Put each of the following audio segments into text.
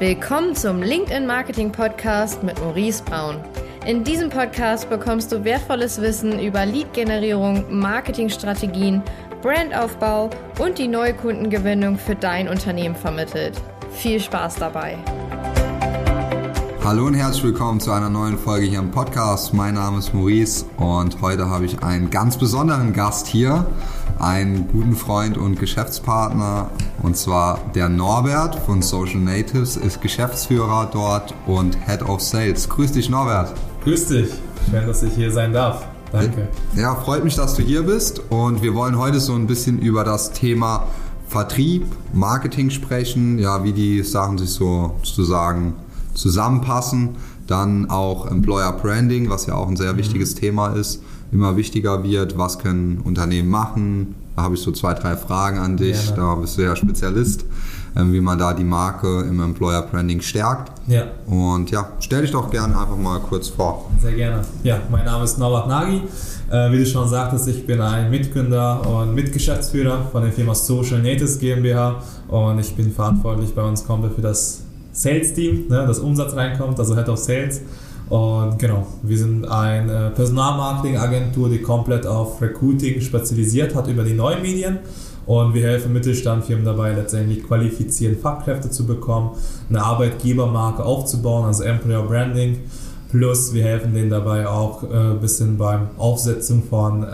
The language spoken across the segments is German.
Willkommen zum LinkedIn Marketing Podcast mit Maurice Braun. In diesem Podcast bekommst du wertvolles Wissen über Lead-Generierung, Marketingstrategien, Brandaufbau und die neue Kundengewinnung für dein Unternehmen vermittelt. Viel Spaß dabei! Hallo und herzlich willkommen zu einer neuen Folge hier im Podcast. Mein Name ist Maurice und heute habe ich einen ganz besonderen Gast hier, einen guten Freund und Geschäftspartner, und zwar der Norbert von Social Natives, ist Geschäftsführer dort und Head of Sales. Grüß dich, Norbert. Grüß dich, schön, dass ich hier sein darf. Danke. Ja, freut mich, dass du hier bist, und wir wollen heute so ein bisschen über das Thema Vertrieb, Marketing sprechen, ja, wie die Sachen sich sozusagen zusammenpassen. Dann auch Employer Branding, was ja auch ein sehr wichtiges Thema ist, immer wichtiger wird. Was können Unternehmen machen? Da habe ich so 2, 3 Fragen an dich. Gerne. Da bist du ja Spezialist, wie man da die Marke im Employer Branding stärkt. Ja. Und ja, stell dich doch gerne einfach mal kurz vor. Sehr gerne. Ja, mein Name ist Norbert Nagy. Wie du schon sagtest, ich bin ein Mitgründer und Mitgeschäftsführer von der Firma Social Natives GmbH, und ich bin verantwortlich bei uns komplett für das Sales-Team, das Umsatz reinkommt, also Head of Sales. Und genau, wir sind eine Personalmarketing-Agentur, die komplett auf Recruiting spezialisiert hat über die neuen Medien. Und wir helfen Mittelstandfirmen dabei, letztendlich qualifizierte Fachkräfte zu bekommen, eine Arbeitgebermarke aufzubauen, also Employer Branding. Plus wir helfen denen dabei auch ein bisschen beim Aufsetzen von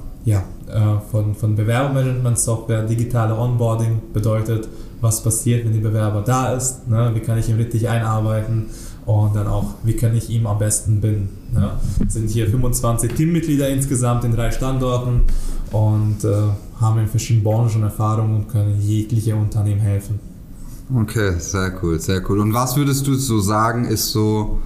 Bewerbermanagement-Software. Digitale Onboarding bedeutet, was passiert, wenn der Bewerber da ist, wie kann ich ihn richtig einarbeiten, und dann auch, wie kann ich ihn am besten binden. Es sind hier 25 Teammitglieder insgesamt in 3 Standorten und haben in verschiedenen Branchen Erfahrung und können jegliche Unternehmen helfen. Okay, sehr cool, sehr cool. Und was würdest du so sagen, ist so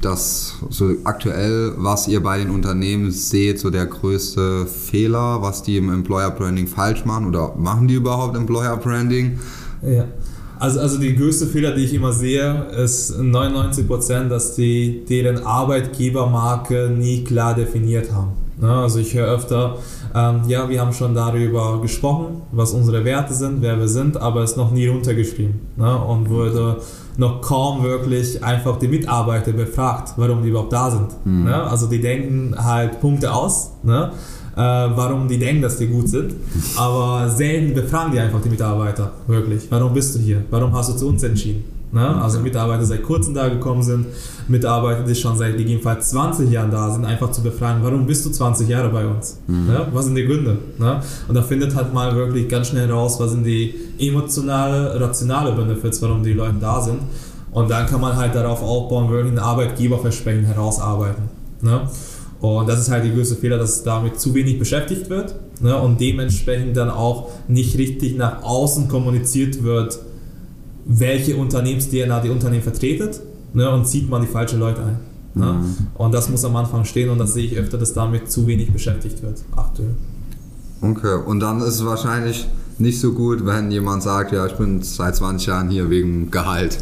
aktuell, was ihr bei den Unternehmen seht, so der größte Fehler, was die im Employer Branding falsch machen, oder machen die überhaupt Employer Branding? Ja, also die größte Fehler, die ich immer sehe, ist 99%, dass die deren Arbeitgebermarke nie klar definiert haben. Also ich höre öfter, wir haben schon darüber gesprochen, was unsere Werte sind, wer wir sind, aber es ist noch nie runtergeschrieben, und wurde noch kaum wirklich einfach die Mitarbeiter befragt, warum die überhaupt da sind. Also die denken halt Punkte aus, warum die denken, dass die gut sind, aber selten befragen die einfach die Mitarbeiter wirklich. Warum bist du hier? Warum hast du zu uns entschieden? Also Mitarbeiter, die seit kurzem da gekommen sind, Mitarbeiter, die schon seit gegebenenfalls 20 Jahren da sind, einfach zu befragen, warum bist du 20 Jahre bei uns? Was sind die Gründe? Und da findet halt mal wirklich ganz schnell raus, was sind die emotionale, rationale Benefits, warum die Leute da sind. Und dann kann man halt darauf aufbauen, wirklich ein Arbeitgeberversprechen herausarbeiten. Und das ist halt die größte Fehler, dass damit zu wenig beschäftigt wird, und dementsprechend dann auch nicht richtig nach außen kommuniziert wird, welche Unternehmens-DNA die Unternehmen vertretet, und zieht man die falschen Leute ein. Und das muss am Anfang stehen, und das sehe ich öfter, dass damit zu wenig beschäftigt wird aktuell. Okay, und dann ist es wahrscheinlich nicht so gut, wenn jemand sagt, ja, ich bin seit 20 Jahren hier wegen Gehalt.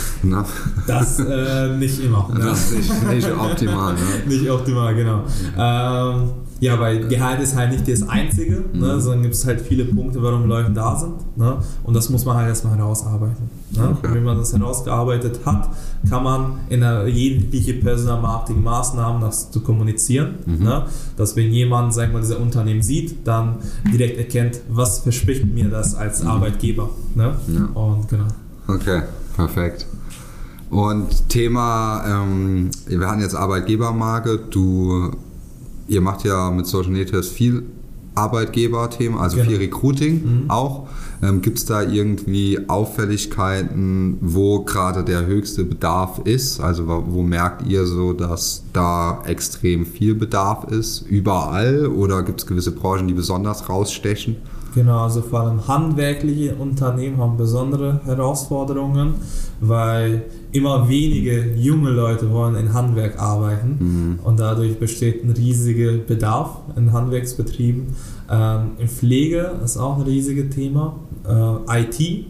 Das nicht immer. Das ist nicht optimal. Nicht optimal, genau. Weil Gehalt ist halt nicht das Einzige, sondern gibt es halt viele Punkte, warum Leute da sind. Und das muss man halt erstmal herausarbeiten. Okay. Und wenn man das herausgearbeitet hat, kann man in jegliche Personalmarketing-Maßnahmen das zu kommunizieren. Dass wenn jemand, sagen wir mal, dieser Unternehmen sieht, dann direkt erkennt, was verspricht mir das als Arbeitgeber. Und genau. Okay, perfekt. Und Thema, wir hatten jetzt Arbeitgebermarke, ihr macht ja mit Social Natives viel Arbeitgeberthemen, also viel Recruiting auch. Gibt es da irgendwie Auffälligkeiten, wo gerade der höchste Bedarf ist? Also wo merkt ihr so, dass da extrem viel Bedarf ist? Überall? Oder gibt es gewisse Branchen, die besonders rausstechen? Genau, also vor allem handwerkliche Unternehmen haben besondere Herausforderungen, weil immer wenige junge Leute wollen in Handwerk arbeiten, und dadurch besteht ein riesiger Bedarf in Handwerksbetrieben. In Pflege ist auch ein riesiges Thema, IT,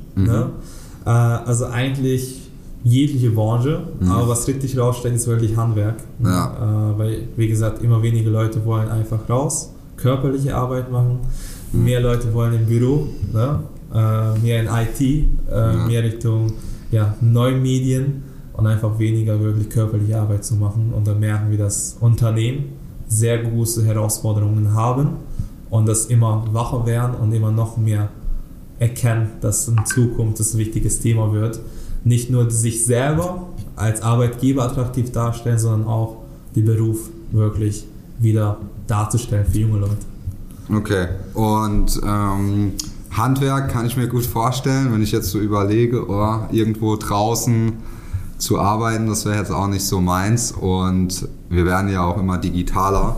also eigentlich jegliche Branche, aber was richtig raussteckt, ist wirklich Handwerk, weil, wie gesagt, immer weniger Leute wollen einfach raus, körperliche Arbeit machen. Mehr Leute wollen im Büro, mehr in IT, mehr Richtung neuen Medien und einfach weniger wirklich körperliche Arbeit zu machen. Und dann merken wir, dass Unternehmen sehr große Herausforderungen haben und das immer wacher werden und immer noch mehr erkennen, dass in Zukunft das ein wichtiges Thema wird. Nicht nur sich selber als Arbeitgeber attraktiv darstellen, sondern auch den Beruf wirklich wieder darzustellen für junge Leute. Okay, und Handwerk kann ich mir gut vorstellen, wenn ich jetzt so überlege, irgendwo draußen zu arbeiten, das wäre jetzt auch nicht so meins, und wir werden ja auch immer digitaler.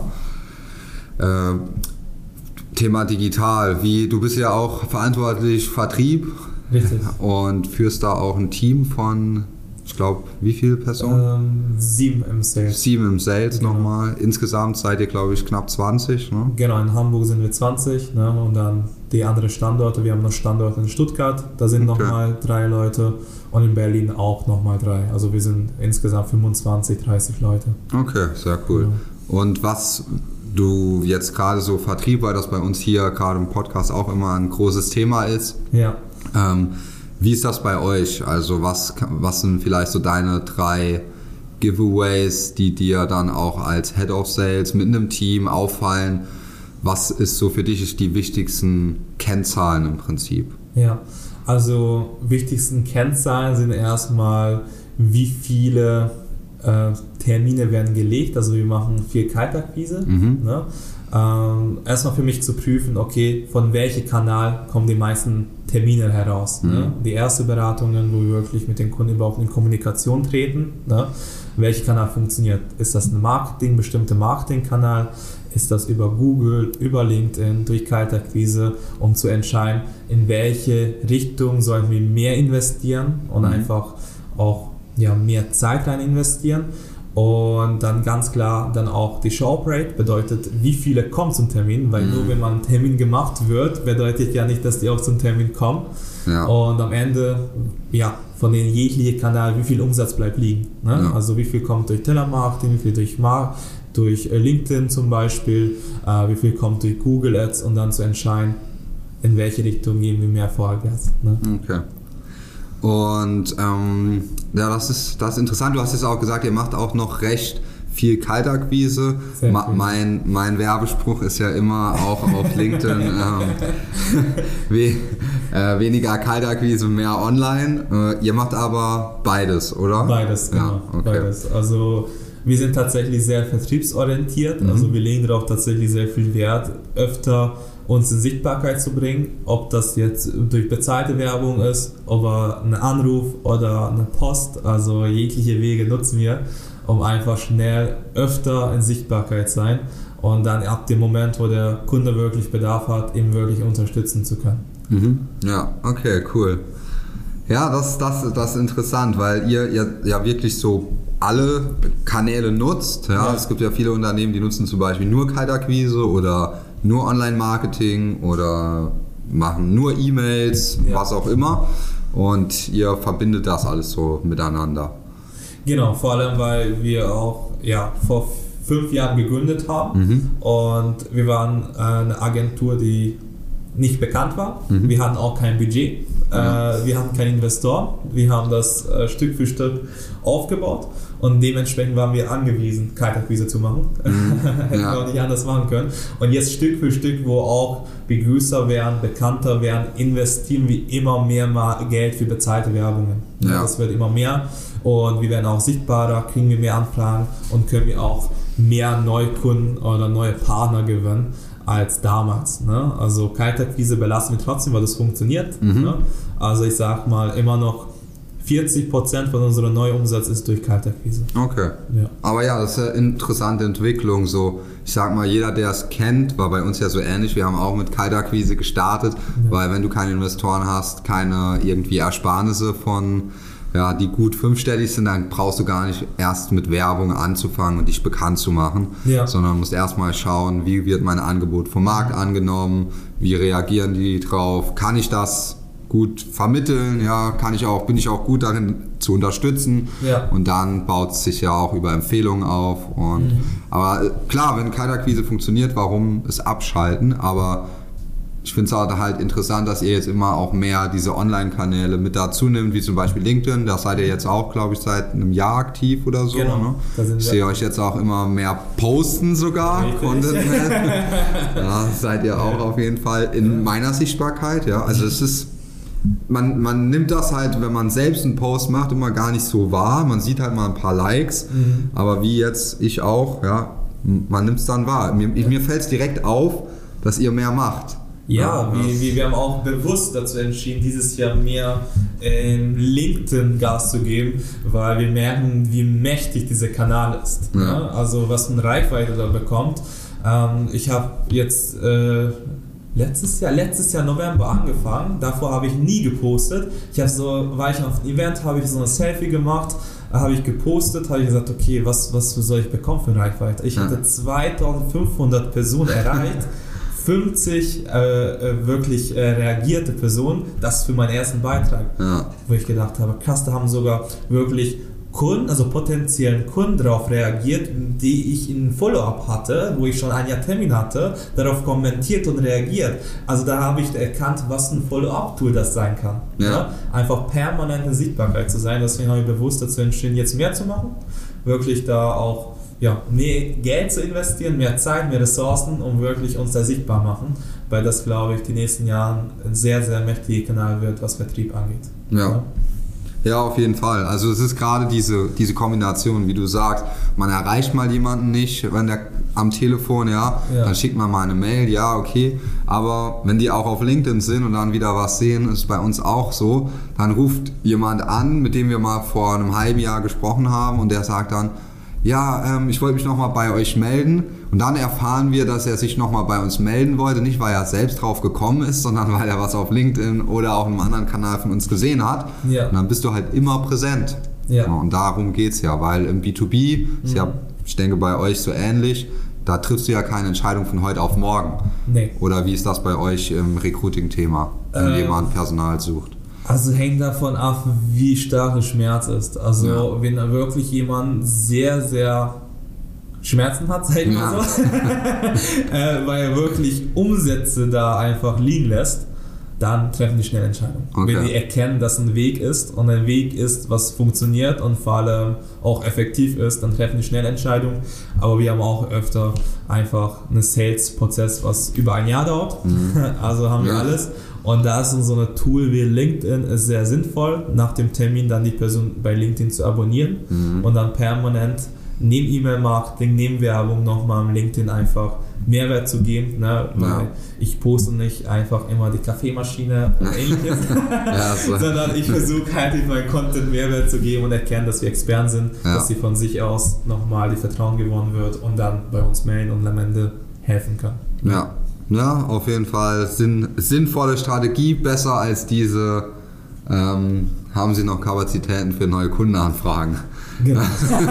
Thema digital, du bist ja auch verantwortlich Vertrieb. Richtig. Und führst da auch ein Team von, ich glaube, wie viele Personen? 7 im Sales. 7 im Sales genau. Nochmal. Insgesamt seid ihr, glaube ich, knapp 20. Ne? Genau, in Hamburg sind wir 20, ne? Und dann die anderen Standorte. Wir haben noch Standorte in Stuttgart, da sind nochmal 3 Leute, und in Berlin auch nochmal 3. Also wir sind insgesamt 25, 30 Leute. Okay, sehr cool. Ja. Und was du jetzt gerade so Vertrieb, weil das bei uns hier gerade im Podcast auch immer ein großes Thema ist. Ja. Wie ist das bei euch? Also was sind vielleicht so deine 3 Giveaways, die dir dann auch als Head of Sales mit einem Team auffallen? Was ist so für dich die wichtigsten Kennzahlen im Prinzip? Ja, also wichtigsten Kennzahlen sind erstmal, wie viele Termine werden gelegt. Also wir machen viel Kaltakquise. Ne? Erstmal für mich zu prüfen, okay, von welchem Kanal kommen die meisten Termine heraus. Ne? Die ersten Beratungen, wo wir wirklich mit den Kunden überhaupt in Kommunikation treten. Ne? Welcher Kanal funktioniert? Ist das ein bestimmter Marketingkanal? Ist das über Google, über LinkedIn, durch Kaltakquise, um zu entscheiden, in welche Richtung sollen wir mehr investieren und einfach auch mehr Zeit rein investieren. Und dann ganz klar dann auch die Show-Rate bedeutet, wie viele kommen zum Termin, weil nur wenn man ein Termin gemacht wird, bedeutet ja nicht, dass die auch zum Termin kommen. Ja. Und am Ende, von den jeglichen Kanal, wie viel Umsatz bleibt liegen. Ne? Ja. Also wie viel kommt durch Telemarketing, wie viel durch LinkedIn zum Beispiel, wie viel kommt durch Google Ads, und dann zu entscheiden, in welche Richtung gehen wir mehr vorwärts. Ne? Okay. Und das ist interessant. Du hast jetzt auch gesagt, ihr macht auch noch recht viel Kaltakquise. Mein Werbespruch ist ja immer auch auf LinkedIn weniger Kaltakquise, mehr online. Ihr macht aber beides, oder? Beides, genau. Ja, okay. Beides. Also wir sind tatsächlich sehr vertriebsorientiert. Also wir legen darauf tatsächlich sehr viel Wert, öfter uns in Sichtbarkeit zu bringen, ob das jetzt durch bezahlte Werbung ist, oder ein Anruf oder eine Post, also jegliche Wege nutzen wir, um einfach schnell öfter in Sichtbarkeit zu sein und dann ab dem Moment, wo der Kunde wirklich Bedarf hat, ihn wirklich unterstützen zu können. Ja, okay, cool. Ja, das ist interessant, weil ihr ja wirklich so alle Kanäle nutzt. Ja? Es gibt ja viele Unternehmen, die nutzen zum Beispiel nur Kaltakquise oder nur Online-Marketing oder machen nur E-Mails, was auch immer. Und ihr verbindet das alles so miteinander. Genau, vor allem, weil wir auch vor 5 Jahren gegründet haben. Und wir waren eine Agentur, die nicht bekannt war. Wir hatten auch kein Budget. Wir hatten keinen Investor. Wir haben das Stück für Stück aufgebaut. Und dementsprechend waren wir angewiesen, Kaltakquise zu machen. Hätten wir auch nicht anders machen können. Und jetzt Stück für Stück, wo auch wir größer werden, bekannter werden, investieren wir immer mehr Geld für bezahlte Werbungen. Ja. Das wird immer mehr. Und wir werden auch sichtbarer, kriegen wir mehr Anfragen und können wir auch mehr Neukunden oder neue Partner gewinnen als damals. Ne? Also Kaltakquise belassen wir trotzdem, weil das funktioniert. Ne? Also ich sag mal, immer noch 40% von unserem Neuumsatz ist durch Kaltakquise. Okay. Ja. Aber ja, das ist eine interessante Entwicklung. So, ich sag mal, jeder, der es kennt, war bei uns ja so ähnlich. Wir haben auch mit Kaltakquise gestartet, weil wenn du keine Investoren hast, keine irgendwie Ersparnisse von, die gut 5-stellig sind, dann brauchst du gar nicht erst mit Werbung anzufangen und dich bekannt zu machen, sondern musst erstmal schauen, wie wird mein Angebot vom Markt angenommen, wie reagieren die drauf, kann ich das gut vermitteln, bin ich auch gut darin zu unterstützen, und dann baut es sich ja auch über Empfehlungen auf. Aber klar, wenn Kaltakquise funktioniert, warum es abschalten? Aber ich finde es halt interessant, dass ihr jetzt immer auch mehr diese Online-Kanäle mit dazu nimmt, wie zum Beispiel LinkedIn. Da seid ihr jetzt auch, glaube ich, seit einem Jahr aktiv oder so. Genau. Ne? Ich sehe euch jetzt auch immer mehr posten sogar. Ja, seid ihr auch auf jeden Fall in meiner Sichtbarkeit. Ja, also es ist, man nimmt das halt, wenn man selbst einen Post macht, immer gar nicht so wahr. Man sieht halt mal ein paar Likes, aber wie jetzt ich auch, ja, man nimmt es dann wahr. Mir fällt es direkt auf, dass ihr mehr macht. Ja, wir haben auch bewusst dazu entschieden, dieses Jahr mehr LinkedIn Gas zu geben, weil wir merken, wie mächtig dieser Kanal ist. Ja. Ne? Also was eine Reichweite da bekommt. Ich habe jetzt letztes Jahr November angefangen, davor habe ich nie gepostet. War ich auf einem Event, habe ich so ein Selfie gemacht, habe ich gepostet, habe ich gesagt, okay, was soll ich bekommen für eine Reichweite? Ich hatte 2500 Personen erreicht. 50 wirklich reagierte Personen, das für meinen ersten Beitrag, wo ich gedacht habe, krass, da haben sogar wirklich Kunden, also potenziellen Kunden darauf reagiert, die ich in Follow-up hatte, wo ich schon ein Jahr Termin hatte, darauf kommentiert und reagiert. Also da habe ich erkannt, was ein Follow-up-Tool das sein kann. Ja. Einfach permanente Sichtbarkeit zu sein, deswegen habe ich bewusst dazu entschieden, jetzt mehr zu machen, wirklich da auch mehr Geld zu investieren, mehr Zeit, mehr Ressourcen, um wirklich uns da sichtbar machen, weil das, glaube ich, die nächsten Jahre ein sehr, sehr mächtiger Kanal wird, was Vertrieb angeht. Ja, auf jeden Fall. Also es ist gerade diese Kombination, wie du sagst, man erreicht mal jemanden nicht, wenn der am Telefon, dann schickt man mal eine Mail, ja, okay, aber wenn die auch auf LinkedIn sind und dann wieder was sehen, ist bei uns auch so, dann ruft jemand an, mit dem wir mal vor einem halben Jahr gesprochen haben und der sagt dann, ja, ich wollte mich nochmal bei euch melden, und dann erfahren wir, dass er sich nochmal bei uns melden wollte, nicht weil er selbst drauf gekommen ist, sondern weil er was auf LinkedIn oder auf einem anderen Kanal von uns gesehen hat. Und dann bist du halt immer präsent. Und darum geht es ja, weil im B2B ist ja, ich denke, bei euch so ähnlich, da triffst du ja keine Entscheidung von heute auf morgen. Nee. Oder wie ist das bei euch im Recruiting-Thema, wenn jemand Personal sucht? Also hängt davon ab, wie stark der Schmerz ist. Also wenn wirklich jemand sehr, sehr Schmerzen hat, sag ich mal so, weil er wirklich Umsätze da einfach liegen lässt, dann treffen die schnell Entscheidungen. Okay. Wenn die erkennen, dass ein Weg ist und ein Weg ist, was funktioniert und vor allem auch effektiv ist, dann treffen die schnell Entscheidungen. Aber wir haben auch öfter einfach einen Sales-Prozess, was über ein Jahr dauert. Also haben wir alles. Und da ist so ein Tool wie LinkedIn ist sehr sinnvoll, nach dem Termin dann die Person bei LinkedIn zu abonnieren und dann permanent neben E-Mail-Marketing, neben Werbung nochmal am LinkedIn einfach Mehrwert zu geben, ne? Weil ich poste nicht einfach immer die Kaffeemaschine und ähnliches, sondern ich versuche halt in meinem Content Mehrwert zu geben und erkennen, dass wir Experten sind, dass sie von sich aus nochmal die Vertrauen gewonnen wird und dann bei uns melden und am Ende helfen kann. Ja, auf jeden Fall sinnvolle Strategie, besser als diese haben Sie noch Kapazitäten für neue Kundenanfragen? Genau.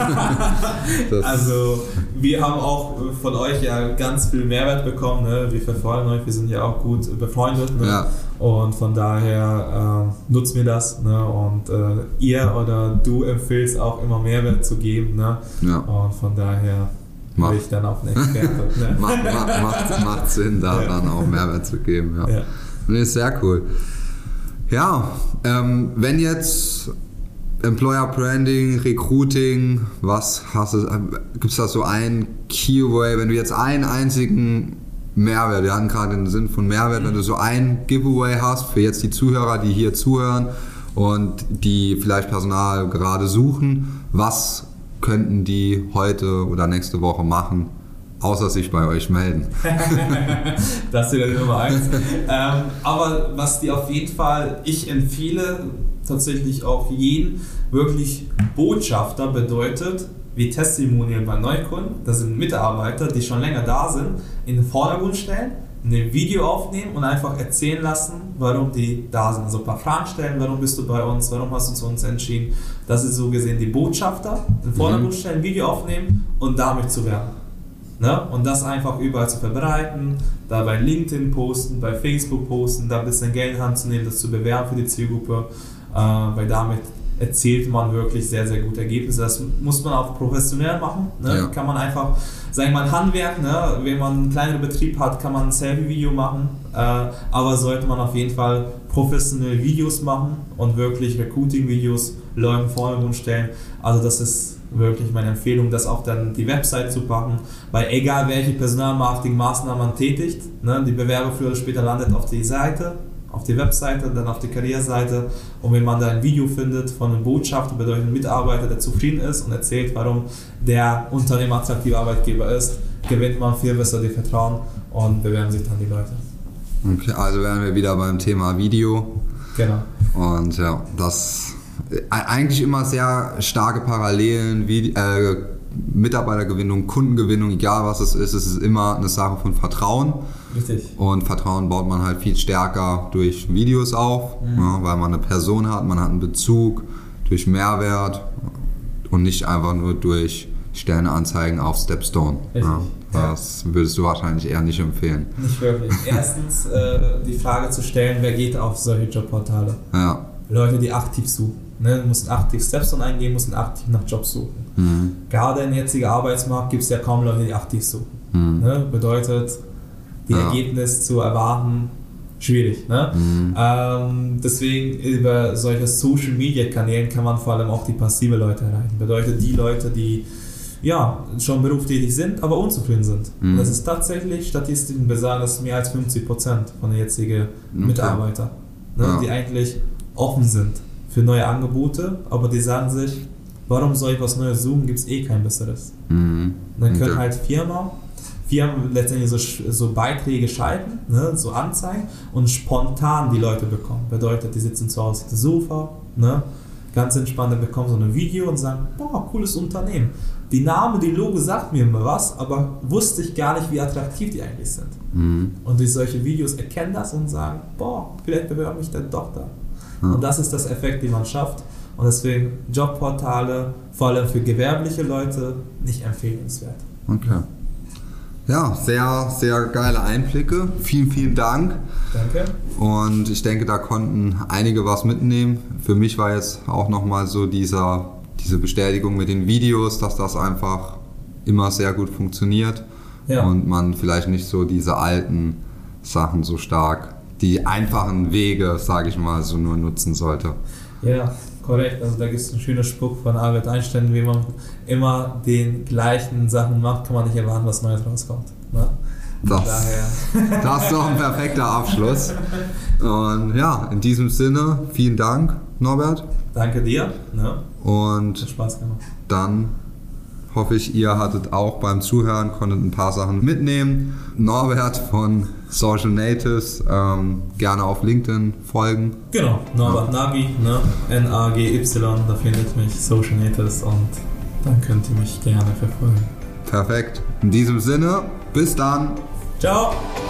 Also wir haben auch von euch ja ganz viel Mehrwert bekommen, ne? Wir verfolgen euch, wir sind ja auch gut befreundet, ne? Und von daher nutzen wir das, ne? Und ihr oder du empfiehlst auch immer Mehrwert zu geben, ne? Und von daher habe ich dann auch eine Experte. Ne? macht Sinn, da dann auch Mehrwert zu geben. Nee, sehr cool. Ja, wenn jetzt Employer Branding, Recruiting, gibt es da so einen Keyway, wenn du jetzt einen einzigen Mehrwert, wir hatten gerade den Sinn von Mehrwert, wenn du so ein Giveaway hast für jetzt die Zuhörer, die hier zuhören und die vielleicht Personal gerade suchen, was könnten die heute oder nächste Woche machen, außer sich bei euch melden? Das ist ja die Nummer 1. Aber was die auf jeden Fall, ich empfehle tatsächlich auch jeden, wirklich Botschafter bedeutet, wie Testimonial bei Neukunden, das sind Mitarbeiter, die schon länger da sind, in den Vordergrund stellen, ein Video aufnehmen und einfach erzählen lassen, warum die da sind. Also ein paar Fragen stellen, warum bist du bei uns, warum hast du zu uns entschieden. Das ist so gesehen die Botschafter, in den Vordergrund stellen, Video aufnehmen und damit zu werben. Ne? Und das einfach überall zu verbreiten, da bei LinkedIn posten, bei Facebook posten, da ein bisschen Geld in die Hand zu nehmen, das zu bewerben für die Zielgruppe, weil damit erzielt man wirklich sehr, sehr gute Ergebnisse. Das muss man auch professionell machen. Ne? Ja. Kann man einfach, sagen wir mal, Handwerk, ne? Wenn man einen kleineren Betrieb hat, kann man ein Selfie-Video machen, aber sollte man auf jeden Fall professionelle Videos machen und wirklich Recruiting-Videos Leuten in den Vordergrund stellen. Also das ist wirklich meine Empfehlung, das auf dann die Website zu packen, weil egal welche Personalmarketing-Maßnahmen man tätigt, ne? Die Bewerbung früher oder später landet auf die Seite, auf die Webseite, dann auf die Karriereseite, und wenn man da ein Video findet von einem Botschafter, bedeutet ein Mitarbeiter, der zufrieden ist und erzählt, warum der Unternehmen attraktiver Arbeitgeber ist, gewinnt man viel besser die Vertrauen und bewerben sich dann die Leute. Okay, also wären wir wieder beim Thema Video. Genau. Und ja, das eigentlich immer sehr starke Parallelen, wie Mitarbeitergewinnung, Kundengewinnung, egal was es ist immer eine Sache von Vertrauen. Richtig. Und Vertrauen baut man halt viel stärker durch Videos auf, ja, weil man eine Person hat, man hat einen Bezug durch Mehrwert und nicht einfach nur durch Stellenanzeigen auf Stepstone. Ja, das würdest du wahrscheinlich eher nicht empfehlen. Nicht wirklich. Erstens die Frage zu stellen, wer geht auf solche Jobportale? Ja. Leute, die aktiv suchen. Ne? Du musst aktiv Stepstone eingeben, musst aktiv nach Jobs suchen. Gerade im jetzigen Arbeitsmarkt gibt es ja kaum Leute, die aktiv suchen. Ne? Bedeutet, die Ergebnisse zu erwarten, schwierig. Ne? Deswegen über solche Social Media Kanälen kann man vor allem auch die passive Leute erreichen. Bedeutet die Leute, die ja schon berufstätig sind, aber unzufrieden sind. Und das ist tatsächlich, Statistiken besagen, dass mehr als 50% von den jetzigen Mitarbeitern, ne, die eigentlich offen sind für neue Angebote, aber die sagen sich, warum soll ich was Neues suchen, gibt es eh kein besseres. Dann können halt Firmen letztendlich so Beiträge schalten, ne, so Anzeigen, und spontan die Leute bekommen. Bedeutet, die sitzen zu Hause auf dem Sofa, ne, ganz entspannt, bekommen so ein Video und sagen, boah, cooles Unternehmen. Die Name, die Logo sagt mir immer was, aber wusste ich gar nicht, wie attraktiv die eigentlich sind. Und durch solche Videos erkennen das und sagen, boah, vielleicht bewerbe ich dann doch da. Und das ist das Effekt, den man schafft. Und deswegen Jobportale, vor allem für gewerbliche Leute, nicht empfehlenswert. Okay. Ja, sehr, sehr geile Einblicke. Vielen, vielen Dank. Danke. Und ich denke, da konnten einige was mitnehmen. Für mich war jetzt auch nochmal so diese Bestätigung mit den Videos, dass das einfach immer sehr gut funktioniert. Ja. Und man vielleicht nicht so diese alten Sachen so stark, die einfachen Wege, sage ich mal, so nur nutzen sollte. Ja, korrekt. Also da gibt es einen schönen Spruch von Albert Einstein, wie man immer den gleichen Sachen macht, kann man nicht erwarten, was Neues rauskommt. Ne? Das ist doch ein perfekter Abschluss. Und ja, in diesem Sinne, vielen Dank, Norbert. Danke dir. Ne? Und hat Spaß gemacht. Dann hoffe ich, ihr hattet auch beim Zuhören, konntet ein paar Sachen mitnehmen. Norbert von Social Natives, gerne auf LinkedIn folgen. Genau, Norbert Nagy, ne? N-A-G-Y, da findet mich Social Natives, und dann könnt ihr mich gerne verfolgen. Perfekt. In diesem Sinne, bis dann. Ciao.